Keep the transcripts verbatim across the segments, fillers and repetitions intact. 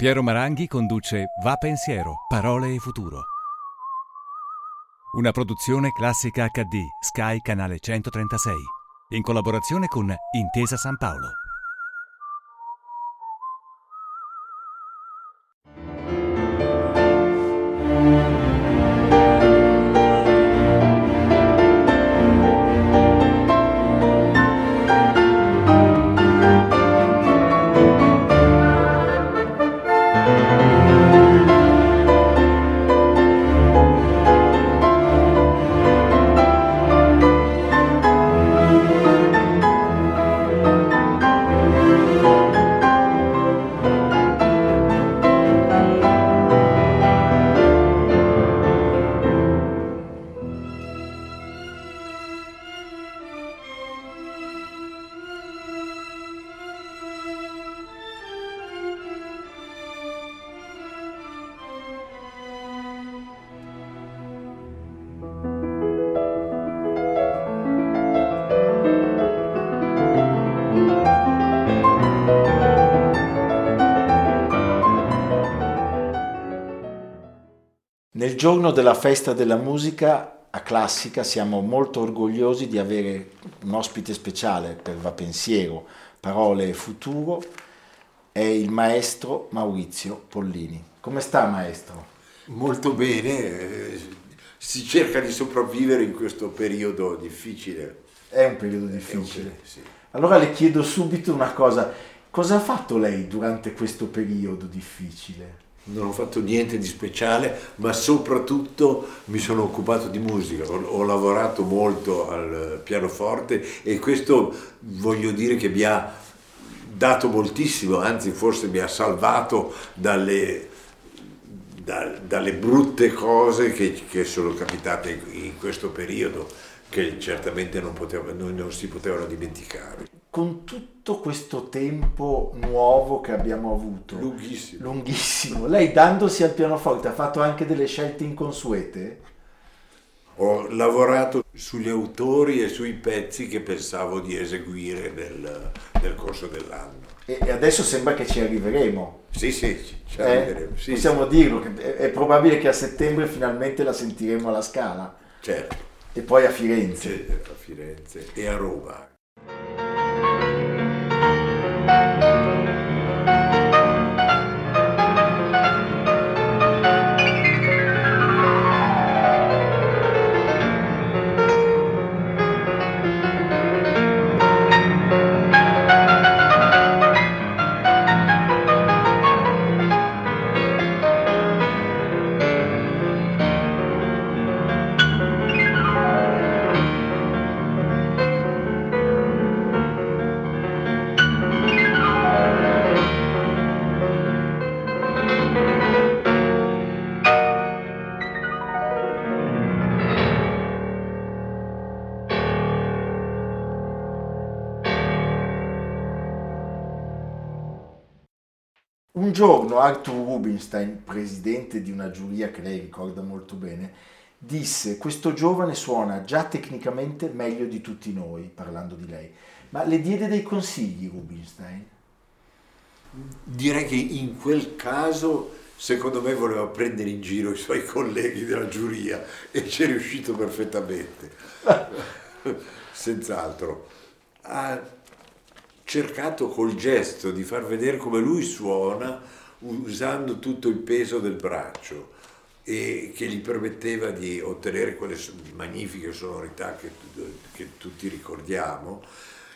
Piero Maranghi conduce Va Pensiero, parole e futuro. Una produzione Classica acca di, Sky canale centotrentasei, in collaborazione con Intesa San Paolo. Nel giorno della festa della musica a Classica siamo molto orgogliosi di avere un ospite speciale per Va Pensiero, parole e futuro, è il maestro Maurizio Pollini. Come sta, maestro? Molto bene, si cerca di sopravvivere in questo periodo difficile. È un periodo difficile. Un periodo, sì. Allora le chiedo subito una cosa, cosa ha fatto lei durante questo periodo difficile? Non ho fatto niente di speciale, ma soprattutto mi sono occupato di musica, ho, ho lavorato molto al pianoforte e questo voglio dire che mi ha dato moltissimo, anzi forse mi ha salvato dalle, da, dalle brutte cose che, che sono capitate in questo periodo, che certamente non, poteva, non, non si potevano dimenticare. Con tutto questo tempo nuovo che abbiamo avuto, lunghissimo, lunghissimo, lei dandosi al pianoforte ha fatto anche delle scelte inconsuete? Ho lavorato sugli autori e sui pezzi che pensavo di eseguire nel, nel corso dell'anno. E, e adesso sembra che ci arriveremo. Sì, sì, ci eh? arriveremo. Sì, Possiamo sì. dirlo, che è, è probabile che a settembre finalmente la sentiremo alla Scala. Certo. E poi a Firenze. Sì, a Firenze e a Roma. Un giorno Arthur Rubinstein, presidente di una giuria che lei ricorda molto bene, disse: questo giovane suona già tecnicamente meglio di tutti noi, parlando di lei. Ma le diede dei consigli Rubinstein? Direi che in quel caso, secondo me, voleva prendere in giro i suoi colleghi della giuria e ci è riuscito perfettamente. Senz'altro. Ha cercato col gesto di far vedere come lui suona usando tutto il peso del braccio e che gli permetteva di ottenere quelle magnifiche sonorità che, che tutti ricordiamo,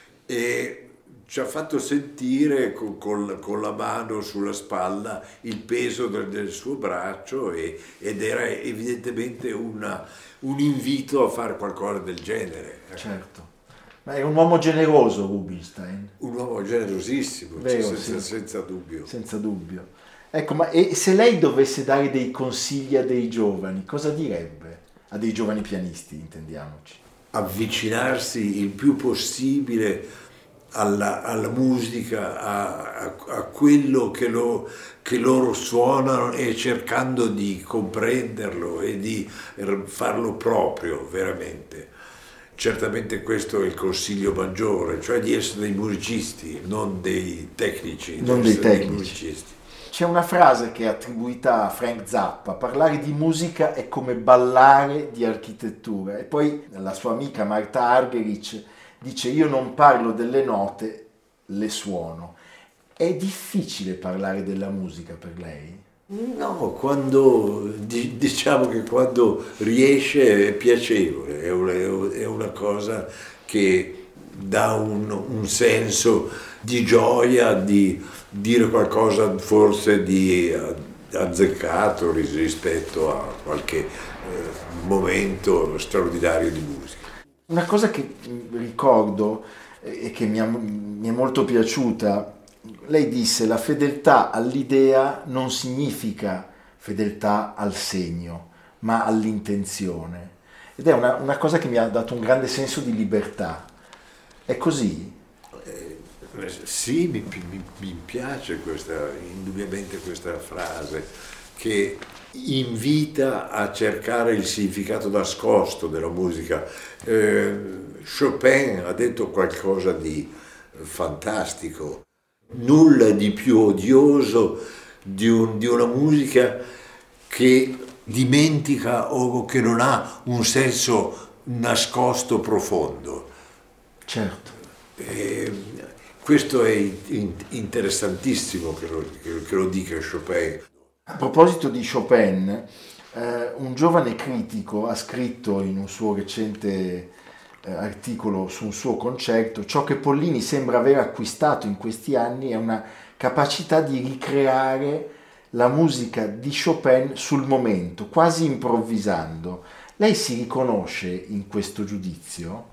e ci ha fatto sentire con, con, con la mano sulla spalla il peso del, del suo braccio e, ed era evidentemente una, un invito a fare qualcosa del genere. Certo. Ma è un uomo generoso Rubinstein. Un uomo generosissimo, Vero, senza, sì. senza dubbio. Senza dubbio. Ecco, ma e se lei dovesse dare dei consigli a dei giovani, cosa direbbe? A dei giovani pianisti, intendiamoci. Avvicinarsi il più possibile alla, alla musica, a, a, a quello che, lo, che loro suonano e cercando di comprenderlo e di farlo proprio, veramente. Certamente questo è il consiglio maggiore, cioè di essere dei musicisti, non dei tecnici. Non dei tecnici. Dei musicisti. C'è una frase che è attribuita a Frank Zappa: parlare di musica è come ballare di architettura. E poi la sua amica Marta Argerich dice: io non parlo delle note, le suono. È difficile parlare della musica per lei? No, quando di- diciamo che quando riesce è piacevole, è una, è una cosa che dà un, un senso di gioia, di dire qualcosa forse di eh, azzeccato ris- rispetto a qualche eh, momento straordinario di musica. Una cosa che mh, ricordo eh, e che mi, ha- mi è molto piaciuta, lei disse: la fedeltà all'idea non significa fedeltà al segno, ma all'intenzione. Ed è una, una cosa che mi ha dato un grande senso di libertà. È così? Eh, Sì, mi, mi- mi piace questa, indubbiamente questa frase che invita a cercare il significato nascosto della musica. Eh, Chopin ha detto qualcosa di fantastico, nulla di più odioso di, un- di una musica che dimentica o che non ha un senso nascosto profondo. Certo. E questo è in- interessantissimo che lo, che- che lo dica Chopin. A proposito di Chopin, eh, un giovane critico ha scritto in un suo recente eh, articolo su un suo concerto: ciò che Pollini sembra aver acquistato in questi anni è una capacità di ricreare la musica di Chopin sul momento, quasi improvvisando. Lei si riconosce in questo giudizio?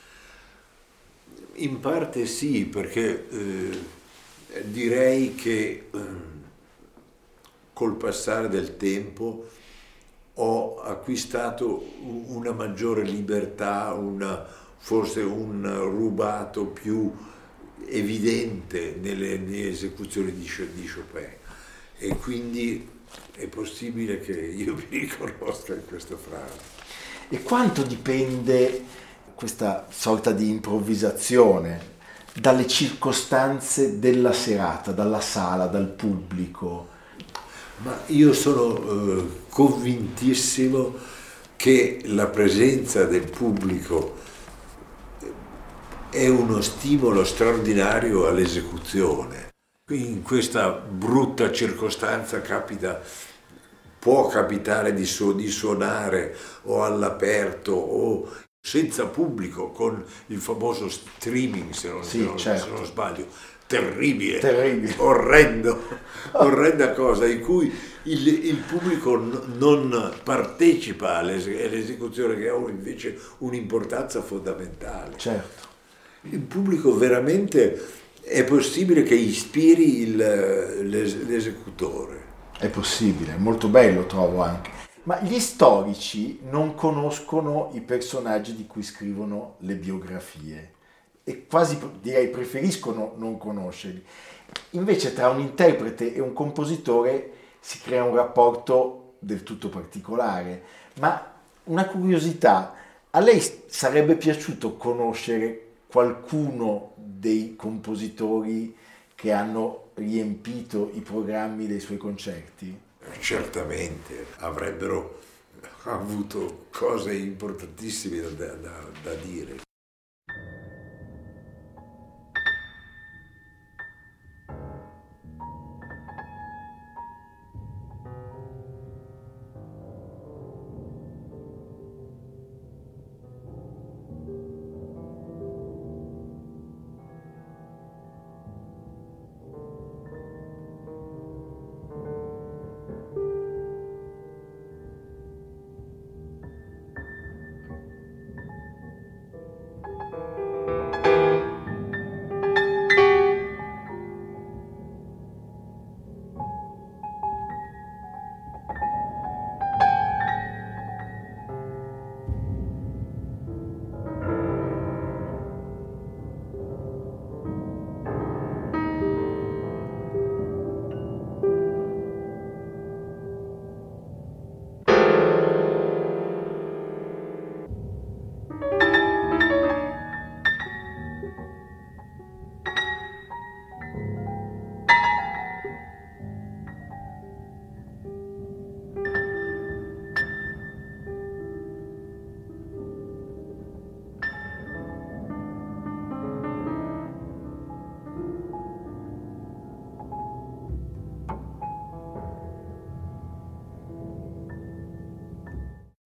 In parte sì, perché eh, direi che eh, col passare del tempo ho acquistato u- una maggiore libertà, una- forse un rubato più evidente nelle, nelle esecuzioni di, Cho- di Chopin e quindi è possibile che io mi riconosca in questa frase. E quanto dipende questa sorta di improvvisazione dalle circostanze della serata, dalla sala, dal pubblico? Ma io sono eh, convintissimo che la presenza del pubblico è uno stimolo straordinario all'esecuzione. In questa brutta circostanza capita, può capitare di, su- di suonare o all'aperto o senza pubblico con il famoso streaming, se non, se Sì, non- se non certo, sbaglio, terribile, terribile. orrendo, orrenda cosa in cui il, il pubblico n- non partecipa all'ese- all'esecuzione che ha invece un'importanza fondamentale. Certo. Il pubblico veramente è possibile che ispiri il- l'es- l'esecutore. È possibile, è molto bello trovo anche. Ma gli storici non conoscono i personaggi di cui scrivono le biografie e quasi direi preferiscono non conoscerli. Invece tra un interprete e un compositore si crea un rapporto del tutto particolare. Ma una curiosità: a lei sarebbe piaciuto conoscere qualcuno dei compositori che hanno riempito i programmi dei suoi concerti? Certamente avrebbero avuto cose importantissime da, da- da dire.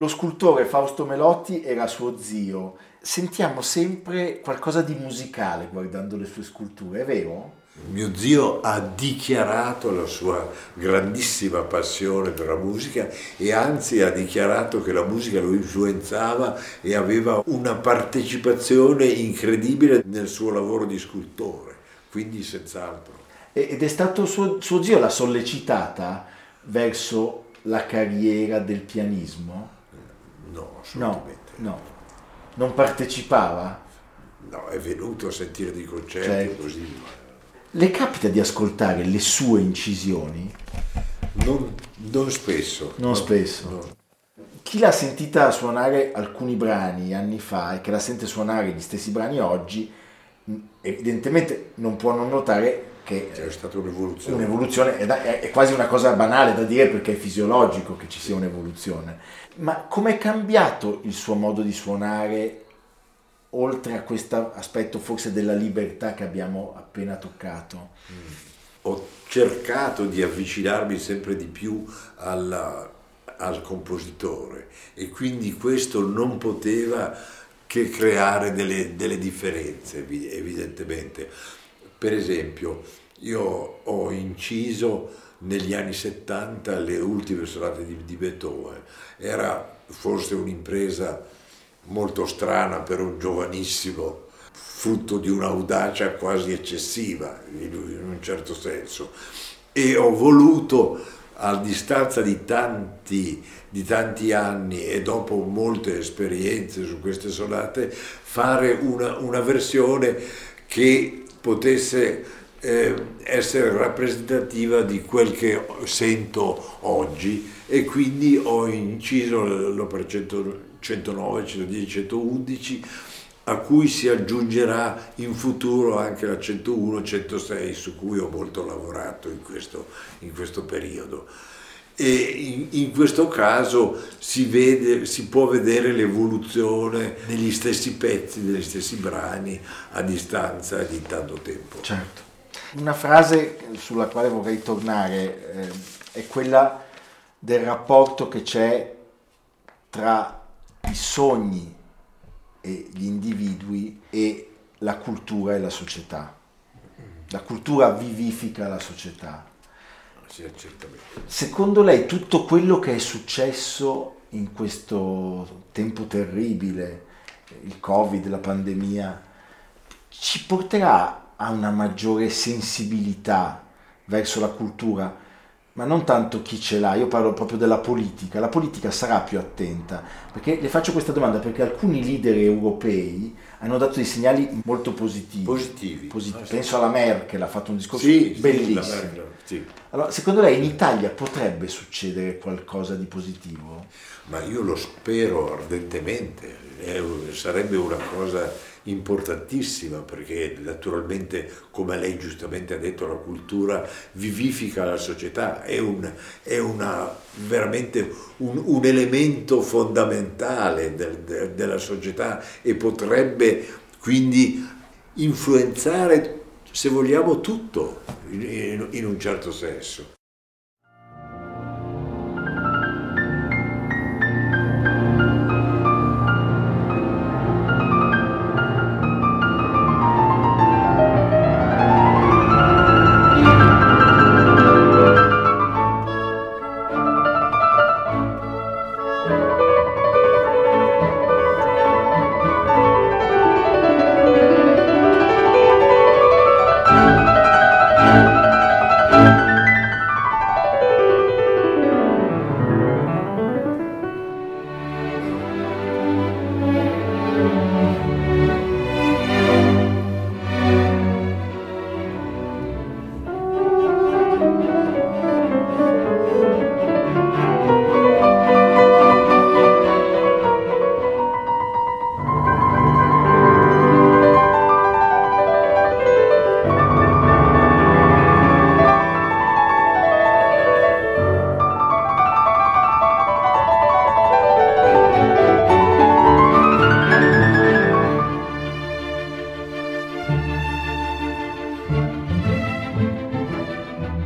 Lo scultore Fausto Melotti era suo zio. Sentiamo sempre qualcosa di musicale guardando le sue sculture, è vero? Mio zio ha dichiarato la sua grandissima passione per la musica e anzi ha dichiarato che la musica lo influenzava e aveva una partecipazione incredibile nel suo lavoro di scultore, quindi senz'altro. Ed è stato suo, suo zio l'ha sollecitata verso la carriera del pianismo? No, assolutamente. No, no. Non partecipava? No, è venuto a sentire dei concerti, certo. Così. Le capita di ascoltare le sue incisioni? Non, non spesso. Non no, spesso. No. Chi l'ha sentita suonare alcuni brani anni fa e che la sente suonare gli stessi brani oggi, evidentemente non può non notare che c'è stata un'evoluzione. Un'evoluzione è, da, è quasi una cosa banale da dire perché è fisiologico che ci sia un'evoluzione. Ma com'è cambiato il suo modo di suonare? Oltre a questo aspetto forse della libertà che abbiamo appena toccato. Mm. Ho cercato di avvicinarmi sempre di più alla, al compositore e quindi questo non poteva che creare delle, delle differenze, evidentemente. Per esempio, io ho inciso negli anni settanta le ultime sonate di, di Beethoven. Era forse un'impresa molto strana per un giovanissimo, frutto di un'audacia quasi eccessiva in un certo senso, e ho voluto a distanza di tanti, di tanti anni e dopo molte esperienze su queste sonate fare una, una versione che potesse eh, essere rappresentativa di quel che sento oggi, e quindi ho inciso l'opera centonove, centodieci, centoundici, a cui si aggiungerà in futuro anche la centouno, centosei, su cui ho molto lavorato in questo, in questo periodo. E in, in questo caso si vede, si può vedere l'evoluzione negli stessi pezzi, negli stessi brani a distanza di tanto tempo. Certo. Una frase sulla quale vorrei tornare eh, è quella del rapporto che c'è tra i sogni e gli individui e la cultura e la società. La cultura vivifica la società. Sì, certamente. Secondo lei tutto quello che è successo in questo tempo terribile, il Covid, la pandemia, ci porterà a una maggiore sensibilità verso la cultura? Ma non tanto chi ce l'ha, io parlo proprio della politica. La politica sarà più attenta, perché le faccio questa domanda perché alcuni leader europei hanno dato dei segnali molto positivi. Positivi. Posit- ah, Penso sì. alla Merkel, ha fatto un discorso sì, bellissimo. Sì, la Merkel, sì. Allora, secondo lei in Italia potrebbe succedere qualcosa di positivo? Ma io lo spero ardentemente, è, sarebbe una cosa importantissima, perché naturalmente, come lei giustamente ha detto, la cultura vivifica la società, è, un, è una, veramente un, un elemento fondamentale del, de, della società e potrebbe quindi influenzare, se vogliamo, tutto in, in, in un certo senso.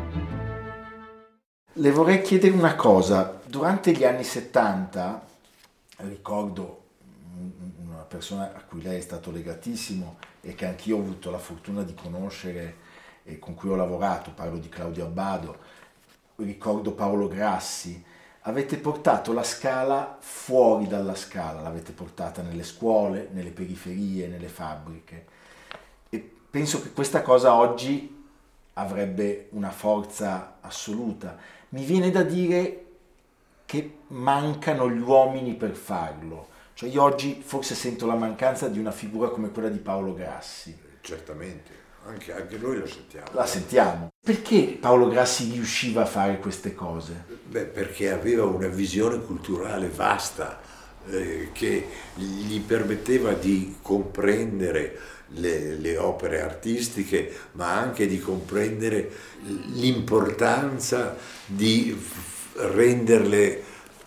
Le vorrei chiedere una cosa. Durante gli anni settanta ricordo una persona a cui lei è stato legatissimo e che anch'io ho avuto la fortuna di conoscere e con cui ho lavorato, parlo di Claudio Abbado, ricordo Paolo Grassi. Avete portato la Scala fuori dalla Scala, l'avete portata nelle scuole, nelle periferie, nelle fabbriche, e penso che questa cosa oggi avrebbe una forza assoluta. Mi viene da dire che mancano gli uomini per farlo, cioè io oggi forse sento la mancanza di una figura come quella di Paolo Grassi. Certamente, anche, anche noi la sentiamo. La sentiamo. Perché Paolo Grassi riusciva a fare queste cose? Beh, perché aveva una visione culturale vasta eh, che gli permetteva di comprendere le, le opere artistiche, ma anche di comprendere l'importanza di f- renderle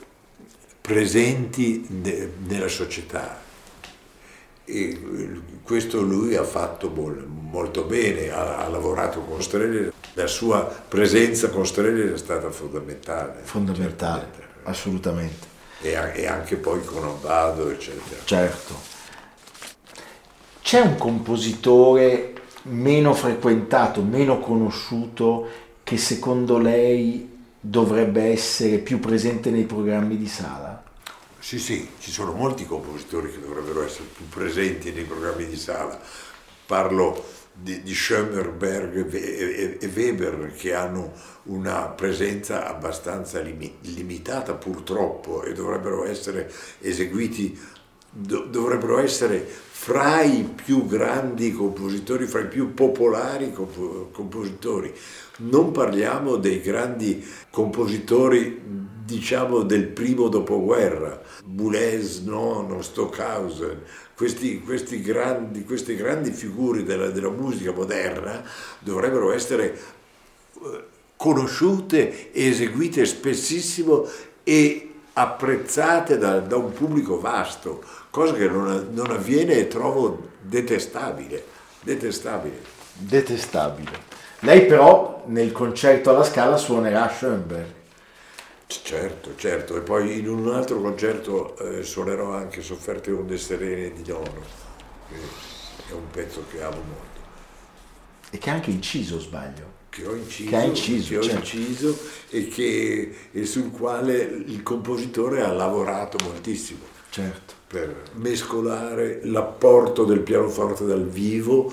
presenti ne, nella società. E questo lui ha fatto molto bene, ha, ha lavorato con Streller, la sua presenza con Streller è stata fondamentale. Fondamentale, assolutamente. E, e anche poi con Abbado, eccetera. Certo. C'è un compositore meno frequentato, meno conosciuto, che secondo lei dovrebbe essere più presente nei programmi di sala? Sì, sì, ci sono molti compositori che dovrebbero essere più presenti nei programmi di sala. Parlo di, di Schoenberg e, e Weber, che hanno una presenza abbastanza limi, limitata purtroppo, e dovrebbero essere eseguiti, do, dovrebbero essere fra i più grandi compositori, fra i più popolari comp- compositori. Non parliamo dei grandi compositori, diciamo, del primo dopoguerra, Boulez, Nono, Stockhausen, questi, questi grandi, queste grandi figure della, della musica moderna dovrebbero essere conosciute e eseguite spessissimo e apprezzate da, da un pubblico vasto, cosa che non, non avviene e trovo detestabile, detestabile. Detestabile. Lei però nel concerto alla Scala suonerà Schoenberg. Certo, certo, e poi in un altro concerto eh, suonerò anche Sofferte onde serene di Nono, che è un pezzo che amo molto. E che ha anche inciso, sbaglio? Che ho inciso, che ha inciso, che ho certo. inciso e, che, e sul quale il compositore ha lavorato moltissimo. Certo. Per mescolare l'apporto del pianoforte dal vivo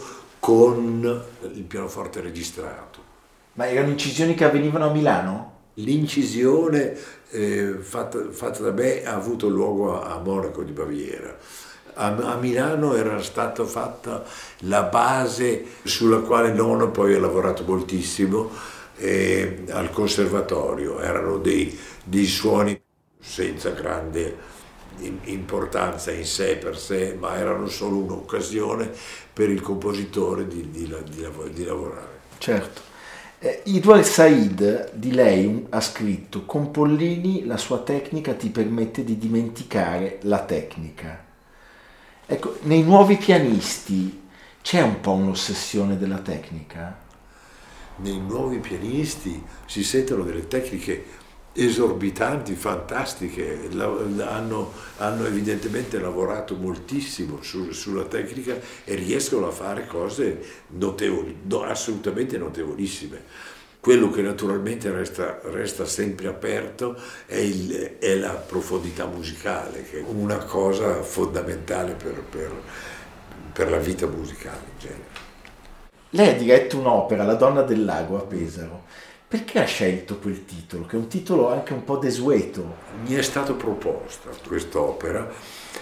con il pianoforte registrato. Ma erano incisioni che avvenivano a Milano? L'incisione eh, fatta, fatta da me ha avuto luogo a, a Monaco di Baviera. A, a Milano era stata fatta la base sulla quale Nono poi ha lavorato moltissimo eh, al conservatorio. Erano dei, dei suoni senza grande importanza in sé per sé, ma erano solo un'occasione per il compositore di, di, di, di lavorare. Certo. Eh, Edward Said di lei ha scritto: con Pollini la sua tecnica ti permette di dimenticare la tecnica. Ecco, nei nuovi pianisti c'è un po' un'ossessione della tecnica? Nei nuovi pianisti si sentono delle tecniche esorbitanti, fantastiche, hanno, hanno evidentemente lavorato moltissimo su, sulla tecnica e riescono a fare cose notevoli, no, assolutamente notevolissime. Quello che naturalmente resta, resta sempre aperto è, il, è la profondità musicale, che è una cosa fondamentale per, per, per la vita musicale in genere. Lei ha diretto un'opera, La donna del lago, a Pesaro. Perché ha scelto quel titolo, che è un titolo anche un po' desueto? Mi è stato proposta quest'opera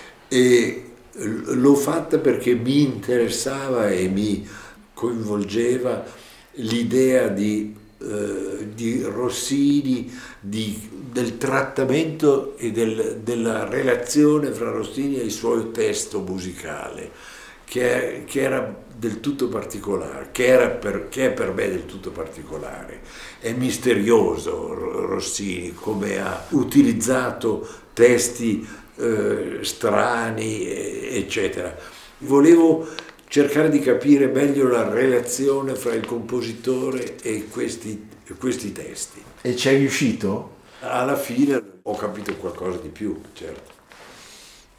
e l'ho fatta perché mi interessava e mi coinvolgeva l'idea di, eh, di Rossini, di, del trattamento e del, della relazione fra Rossini e il suo testo musicale, che, che era del tutto particolare, che, era per, che è per me del tutto particolare. È misterioso Rossini, come ha utilizzato testi eh, strani, eccetera. Volevo cercare di capire meglio la relazione fra il compositore e questi, questi testi. E ci è riuscito? Alla fine ho capito qualcosa di più, certo.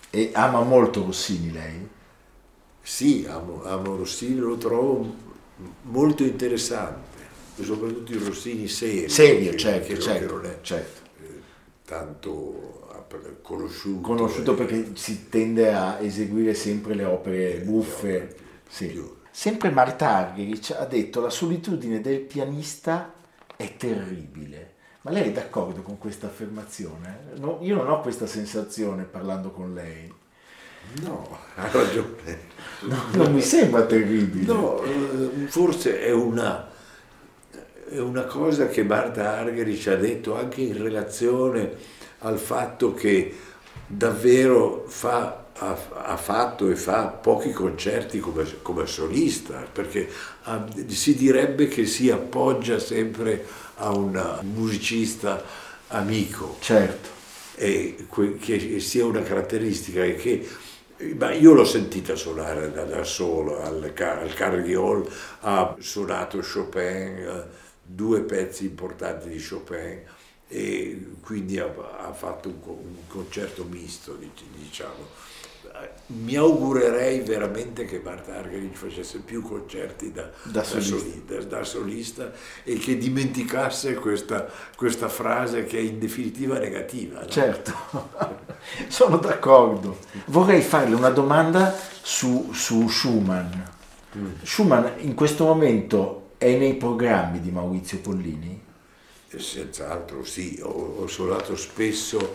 E ama molto Rossini lei? Sì, amo, amo Rossini, lo trovo molto interessante, soprattutto i Rossini seri. Serio, che, certo, che, certo, che non è certo. eh, tanto conosciuto. Conosciuto e, perché si tende a eseguire sempre le opere buffe. più, Sì. più. Sempre Martha Argerich ha detto: la solitudine del pianista è terribile. Ma lei è d'accordo con questa affermazione? No, io non ho questa sensazione parlando con lei. No, ha ragione. No, non mi sembra terribile. No, forse è una, è una cosa che Martha Argerich ha detto anche in relazione al fatto che davvero fa, ha, ha fatto e fa pochi concerti come, come solista, perché ha, si direbbe che si appoggia sempre a una, un musicista amico. Certo. E che sia una caratteristica e che ma io l'ho sentita suonare da, da solo al, al Carnegie Hall, ha suonato Chopin, due pezzi importanti di Chopin, e quindi ha, ha fatto un, un concerto misto, diciamo. Mi augurerei veramente che Martha Argerich facesse più concerti da, da, da, solista. solista, da solista e che dimenticasse questa, questa frase che è in definitiva negativa. No? Certo, sono d'accordo. Vorrei farle una domanda su, su Schumann. Mm. Schumann in questo momento è nei programmi di Maurizio Pollini? Senz'altro sì, ho, ho suonato spesso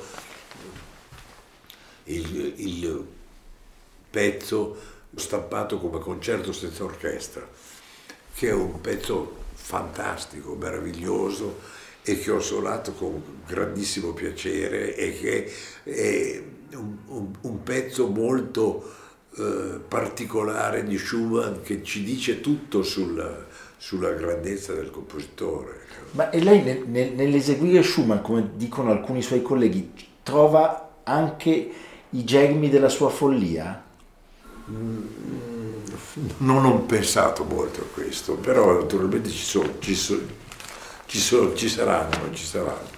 il, il pezzo stampato come concerto senza orchestra, che è un pezzo fantastico, meraviglioso e che ho suonato con grandissimo piacere e che è un, un, un pezzo molto eh, particolare di Schumann che ci dice tutto sulla, sulla grandezza del compositore. Ma e lei nel, nel, nell'eseguire Schumann, come dicono alcuni suoi colleghi, trova anche i germi della sua follia? Non ho pensato molto a questo, però naturalmente ci sono, ci, so, ci, so, ci saranno, ci saranno.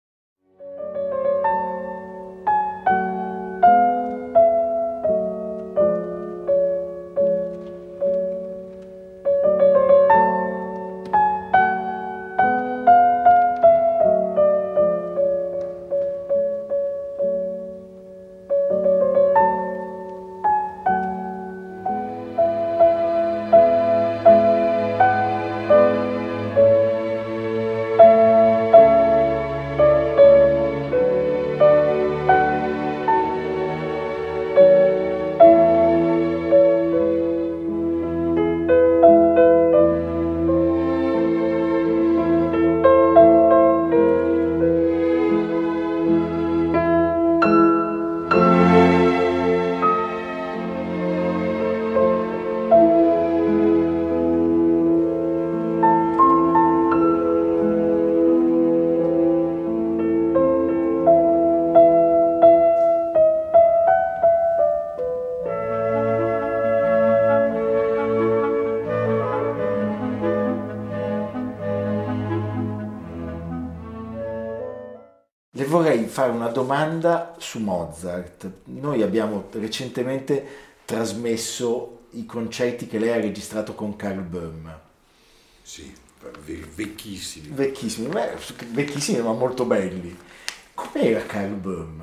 Le vorrei fare una domanda su Mozart. Noi abbiamo recentemente trasmesso i concerti che lei ha registrato con Karl Böhm. Sì, vecchissimi. Vecchissimi, ma, vecchissimi ma molto belli. Com'era Karl Böhm?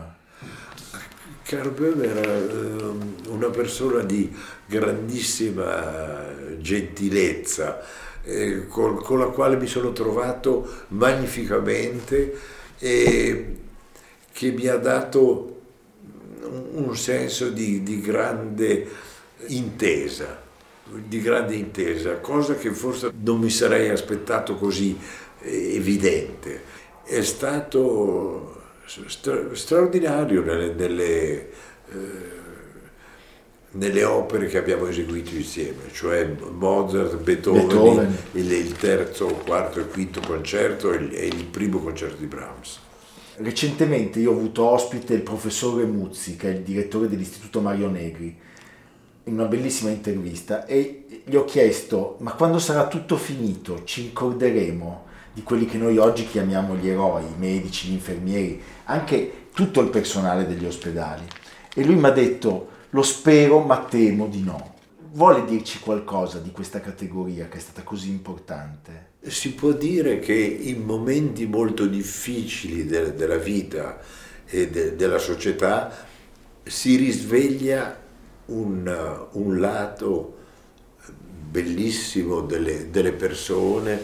Karl Böhm era una persona di grandissima gentilezza, eh, con, con la quale mi sono trovato magnificamente e che mi ha dato un, un senso di, di grande intesa, di grande intesa, cosa che forse non mi sarei aspettato così evidente. È stato stra- straordinario nelle, nelle, eh, nelle opere che abbiamo eseguito insieme, cioè Mozart, Beethoven, Beethoven. Il, il terzo, quarto e quinto concerto e il, e il primo concerto di Brahms. Recentemente io ho avuto ospite il professore Muzzi, che è il direttore dell'Istituto Mario Negri, in una bellissima intervista, e gli ho chiesto: ma quando sarà tutto finito ci ricorderemo di quelli che noi oggi chiamiamo gli eroi, i medici, gli infermieri, anche tutto il personale degli ospedali? E lui mi ha detto: lo spero, ma temo di no. Vuole dirci qualcosa di questa categoria che è stata così importante? Si può dire che in momenti molto difficili de- della vita e de- della società si risveglia un, un lato bellissimo delle, delle persone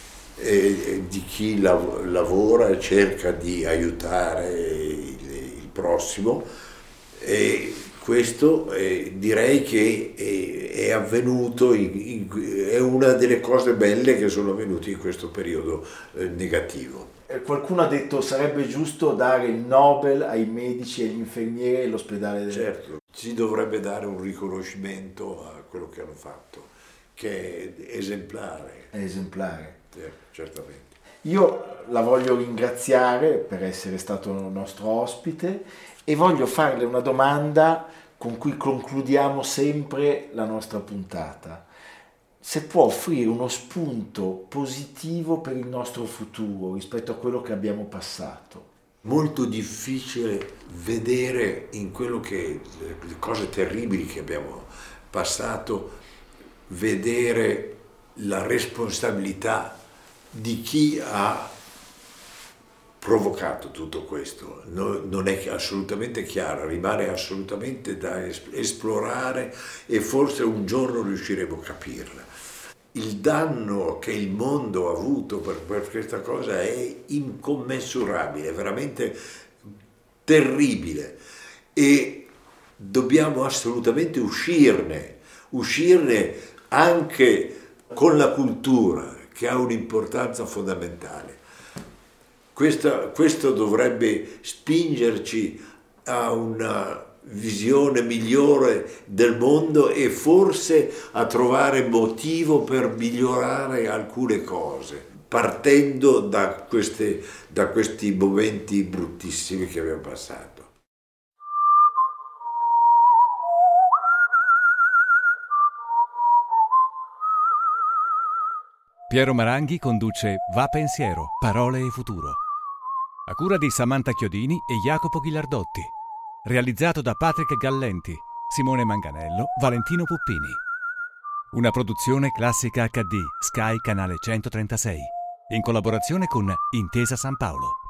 e di chi lav- lavora e cerca di aiutare il, il prossimo, e questo eh, direi che è, è avvenuto, in, in, è una delle cose belle che sono avvenute in questo periodo eh, negativo. Qualcuno ha detto sarebbe giusto dare il Nobel ai medici e agli infermieri dell'ospedale del... Certo, si dovrebbe dare un riconoscimento a quello che hanno fatto, che è esemplare. È esemplare. Eh, certamente. Io la voglio ringraziare per essere stato nostro ospite e voglio farle una domanda con cui concludiamo sempre la nostra puntata. Se può offrire uno spunto positivo per il nostro futuro rispetto a quello che abbiamo passato. Molto difficile vedere in quello che le cose terribili che abbiamo passato, vedere la responsabilità di chi ha provocato tutto questo. No, non è assolutamente chiaro, rimane assolutamente da esplorare e forse un giorno riusciremo a capirla. Il danno che il mondo ha avuto per, per questa cosa è incommensurabile, veramente terribile, e dobbiamo assolutamente uscirne, uscirne anche con la cultura, che ha un'importanza fondamentale. Questa, questo dovrebbe spingerci a una visione migliore del mondo e forse a trovare motivo per migliorare alcune cose, partendo da, queste, da questi momenti bruttissimi che abbiamo passato. Piero Maranghi conduce Va Pensiero, parole e futuro. A cura di Samantha Chiodini e Jacopo Ghilardotti. Realizzato da Patrick Gallenti, Simone Manganello, Valentino Puppini. Una produzione Classica acca di, Sky Canale centotrentasei. In collaborazione con Intesa San Paolo.